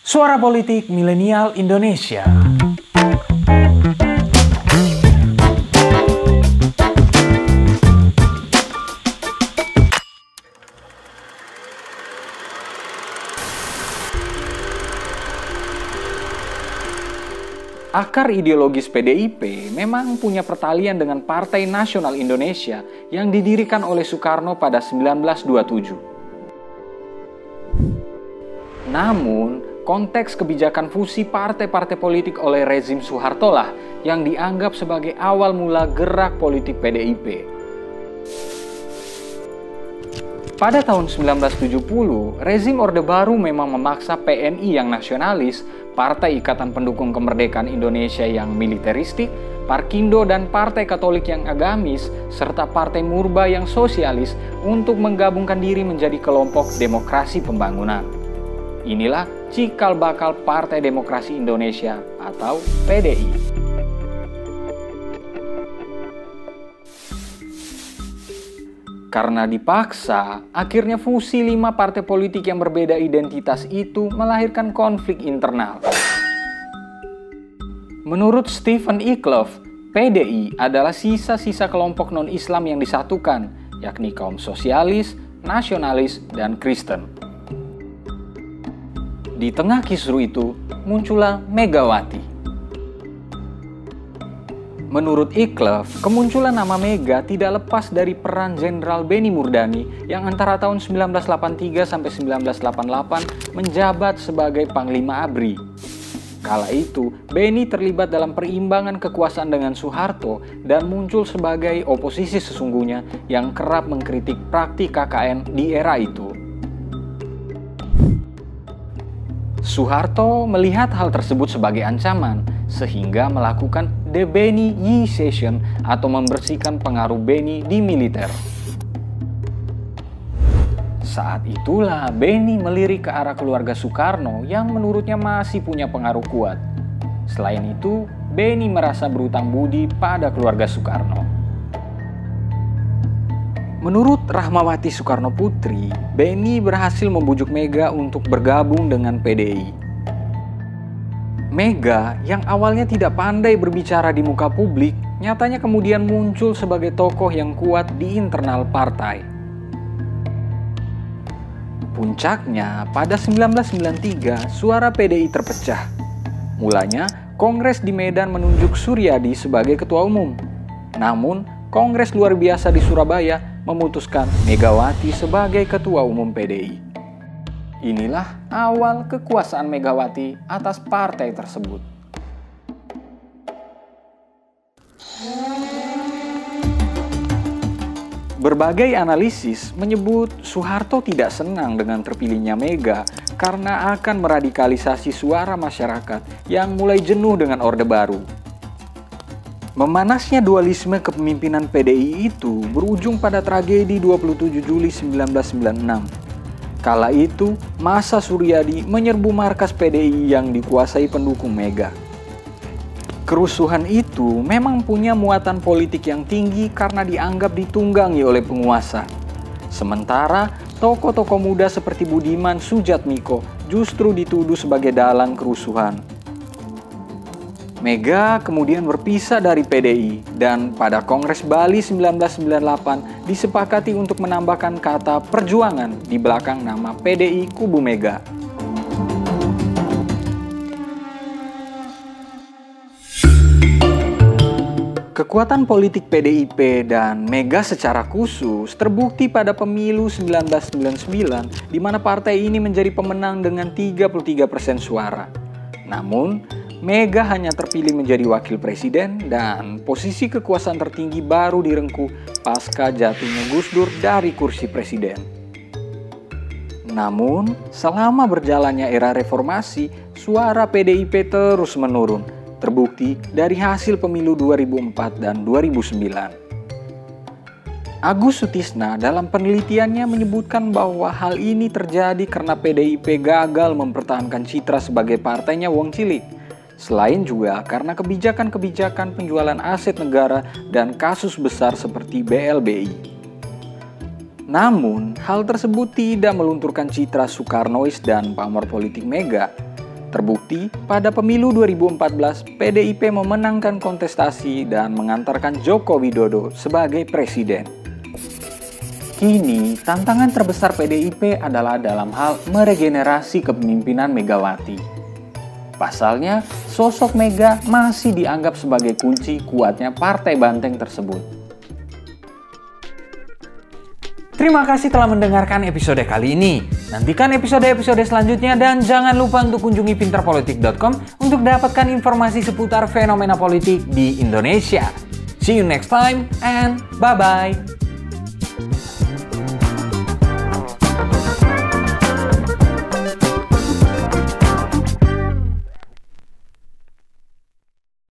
Suara Politik Milenial Indonesia. Akar ideologis PDIP memang punya pertalian dengan Partai Nasional Indonesia yang didirikan oleh Soekarno pada 1927. Namun, konteks kebijakan fusi partai-partai politik oleh rezim Soeharto lah yang dianggap sebagai awal mula gerak politik PDIP. Pada tahun 1970, rezim Orde Baru memang memaksa PNI yang nasionalis, Partai Ikatan Pendukung Kemerdekaan Indonesia yang militeristik, Parkindo dan Partai Katolik yang agamis, serta Partai Murba yang sosialis untuk menggabungkan diri menjadi kelompok Demokrasi Pembangunan. Inilah cikal bakal Partai Demokrasi Indonesia atau PDI. Karena dipaksa, akhirnya fusi 5 partai politik yang berbeda identitas itu melahirkan konflik internal. Menurut Stephen Iclove, PDI adalah sisa-sisa kelompok non-Islam yang disatukan, yakni kaum sosialis, nasionalis, dan Kristen. Di tengah kisru itu, muncullah Megawati. Menurut Iclove, kemunculan nama Mega tidak lepas dari peran Jenderal Benny Murdani yang antara tahun 1983 sampai 1988 menjabat sebagai Panglima ABRI. Kala itu, Benny terlibat dalam perimbangan kekuasaan dengan Soeharto dan muncul sebagai oposisi sesungguhnya yang kerap mengkritik praktik KKN di era itu. Soeharto melihat hal tersebut sebagai ancaman, sehingga melakukan de-Bennyisation atau membersihkan pengaruh Benny di militer. Saat itulah Benny melirik ke arah keluarga Soekarno yang menurutnya masih punya pengaruh kuat. Selain itu, Benny merasa berutang budi pada keluarga Soekarno. Menurut Rahmawati Soekarno Putri, Benny berhasil membujuk Mega untuk bergabung dengan PDI. Mega yang awalnya tidak pandai berbicara di muka publik, nyatanya kemudian muncul sebagai tokoh yang kuat di internal partai. Puncaknya, pada 1993, suara PDI terpecah. Mulanya, Kongres di Medan menunjuk Suryadi sebagai ketua umum. Namun, Kongres luar biasa di Surabaya memutuskan Megawati sebagai ketua umum PDI. Inilah awal kekuasaan Megawati atas partai tersebut. Berbagai analisis menyebut Soeharto tidak senang dengan terpilihnya Mega karena akan meradikalisasi suara masyarakat yang mulai jenuh dengan Orde Baru. Memanasnya dualisme kepemimpinan PDI itu berujung pada tragedi 27 Juli 1996. Kala itu, massa Suryadi menyerbu markas PDI yang dikuasai pendukung Mega. Kerusuhan itu memang punya muatan politik yang tinggi karena dianggap ditunggangi oleh penguasa. Sementara, tokoh-tokoh muda seperti Budiman Sujatmiko justru dituduh sebagai dalang kerusuhan. Mega kemudian berpisah dari PDI dan pada Kongres Bali 1998 disepakati untuk menambahkan kata perjuangan di belakang nama PDI Kubu Mega. Kekuatan politik PDIP dan Mega secara khusus terbukti pada pemilu 1999 di mana partai ini menjadi pemenang dengan 33% suara. Namun, Mega hanya terpilih menjadi wakil presiden dan posisi kekuasaan tertinggi baru direngkuh pasca jatuhnya Gus Dur dari kursi presiden. Namun, selama berjalannya era reformasi, suara PDIP terus menurun, terbukti dari hasil pemilu 2004 dan 2009. Agus Sutisna dalam penelitiannya menyebutkan bahwa hal ini terjadi karena PDIP gagal mempertahankan citra sebagai partainya wong cilik. Selain juga karena kebijakan-kebijakan penjualan aset negara dan kasus besar seperti BLBI. Namun, hal tersebut tidak melunturkan citra Soekarnois dan pamor politik Mega. Terbukti, pada pemilu 2014, PDIP memenangkan kontestasi dan mengantarkan Joko Widodo sebagai presiden. Kini, tantangan terbesar PDIP adalah dalam hal meregenerasi kepemimpinan Megawati. Pasalnya, sosok Mega masih dianggap sebagai kunci kuatnya Partai Banteng tersebut. Terima kasih telah mendengarkan episode kali ini. Nantikan episode-episode selanjutnya dan jangan lupa untuk kunjungi pinterpolitik.com untuk dapatkan informasi seputar fenomena politik di Indonesia. See you next time and bye-bye.